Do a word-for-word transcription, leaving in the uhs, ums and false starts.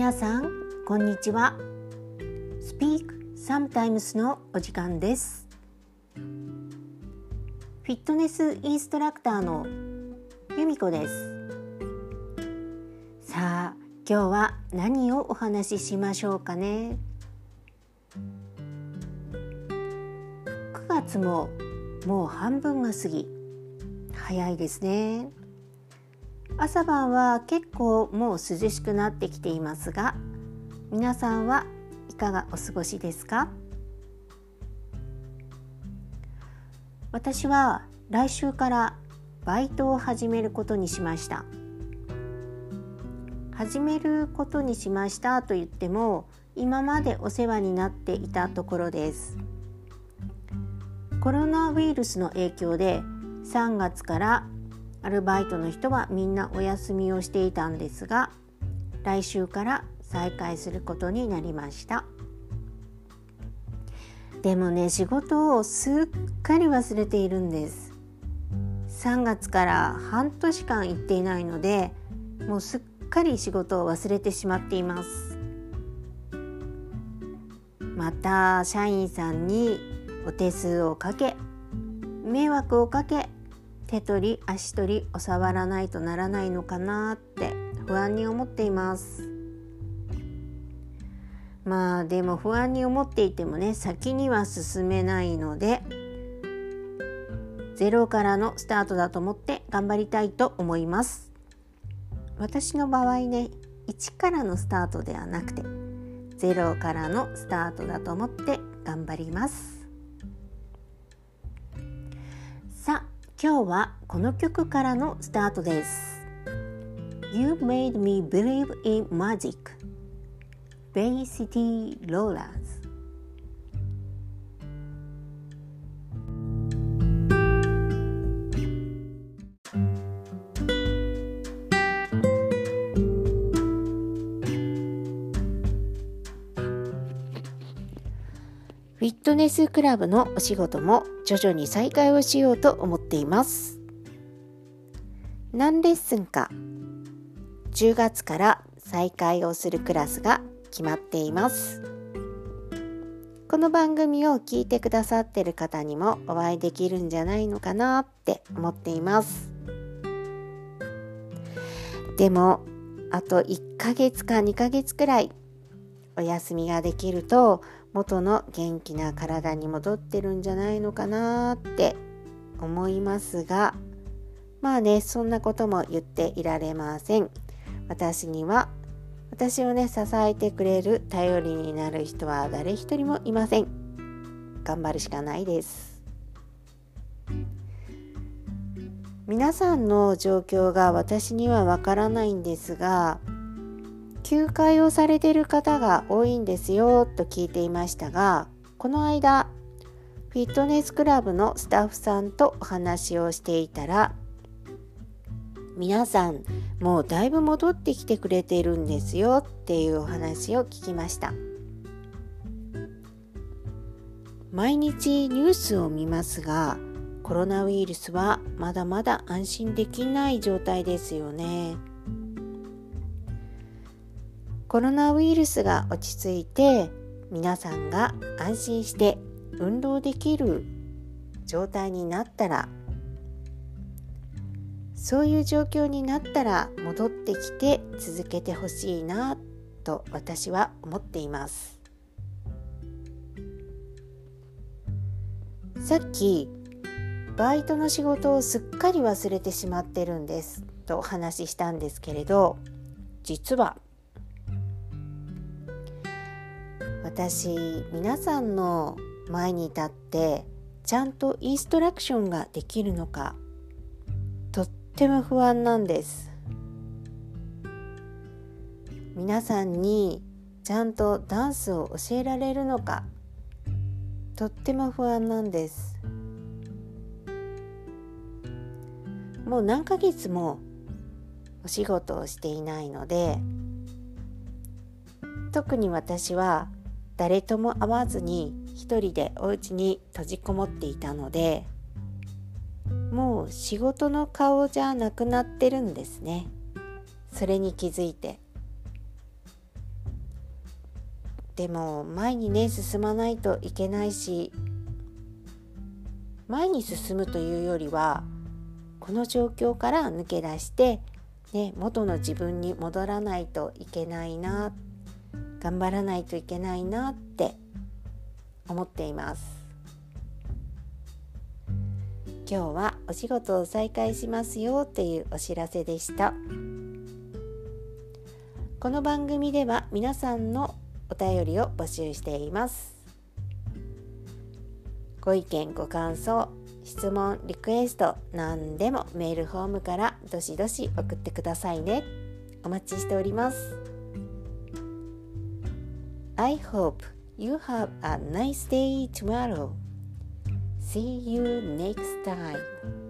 皆さんこんにちは。 Speak Sometimes のお時間です。フィットネスインストラクターの由美子です。さあ今日は何をお話ししましょうかね。くがつももう半分が過ぎ、早いですね。朝晩は結構もう涼しくなってきていますが、皆さんはいかがお過ごしですか？私は来週からバイトを始めることにしました。始めることにしましたと言っても、今までお世話になっていたところです。コロナウイルスの影響でさんがつからアルバイトの人はみんなお休みをしていたんですが、来週から再開することになりました。でもね、仕事をすっかり忘れているんです。さんがつから半年間行っていないので、もうすっかり仕事を忘れてしまっています。また社員さんにお手数をかけ、迷惑をかけ、手取り足取り収まらないとならないのかなって不安に思っています。まあでも不安に思っていてもね、先には進めないので、ゼロからのスタートだと思って頑張りたいと思います。私の場合ね、いちからのスタートではなくてゼロからのスタートだと思って頑張ります。さあ今日はこの曲からのスタートです。 You made me believe in magic Bay City Rollers。フィットネスクラブのお仕事も徐々に再開をしようと思っています。何レッスンかじゅうがつから再開をするクラスが決まっています。この番組を聞いてくださっている方にもお会いできるんじゃないのかなって思っています。でもあといっかげつかにかげつくらいお休みができると元の元気な体に戻ってるんじゃないのかなって思いますが、まあね、そんなことも言っていられません。私には私をね支えてくれる頼りになる人は誰一人もいません。頑張るしかないです。皆さんの状況が私にはわからないんですが、休会をされている方が多いんですよと聞いていましたが、この間フィットネスクラブのスタッフさんとお話をしていたら、皆さんもうだいぶ戻ってきてくれているんですよっていうお話を聞きました。毎日ニュースを見ますが、コロナウイルスはまだまだ安心できない状態ですよね。コロナウイルスが落ち着いて、皆さんが安心して運動できる状態になったら、そういう状況になったら戻ってきて続けてほしいなと私は思っています。さっきバイトの仕事をすっかり忘れてしまってるんですとお話ししたんですけれど、実は私、皆さんの前に立ってちゃんとインストラクションができるのか、とっても不安なんです。皆さんにちゃんとダンスを教えられるのか、とっても不安なんです。もう何ヶ月もお仕事をしていないので、特に私は誰とも会わずに一人でお家に閉じこもっていたので、もう仕事の顔じゃなくなってるんですね。それに気づいて、 でも前にね進まないといけないし、前に進むというよりはこの状況から抜け出して、ね、元の自分に戻らないといけないな、頑張らないといけないなって思っています。今日はお仕事を再開しますよっていうお知らせでした。この番組では皆さんのお便りを募集しています。ご意見ご感想、質問リクエスト、何でもメールフォームからどしどし送ってくださいね。お待ちしております。 I hope you have a nice day tomorrow. See you next time.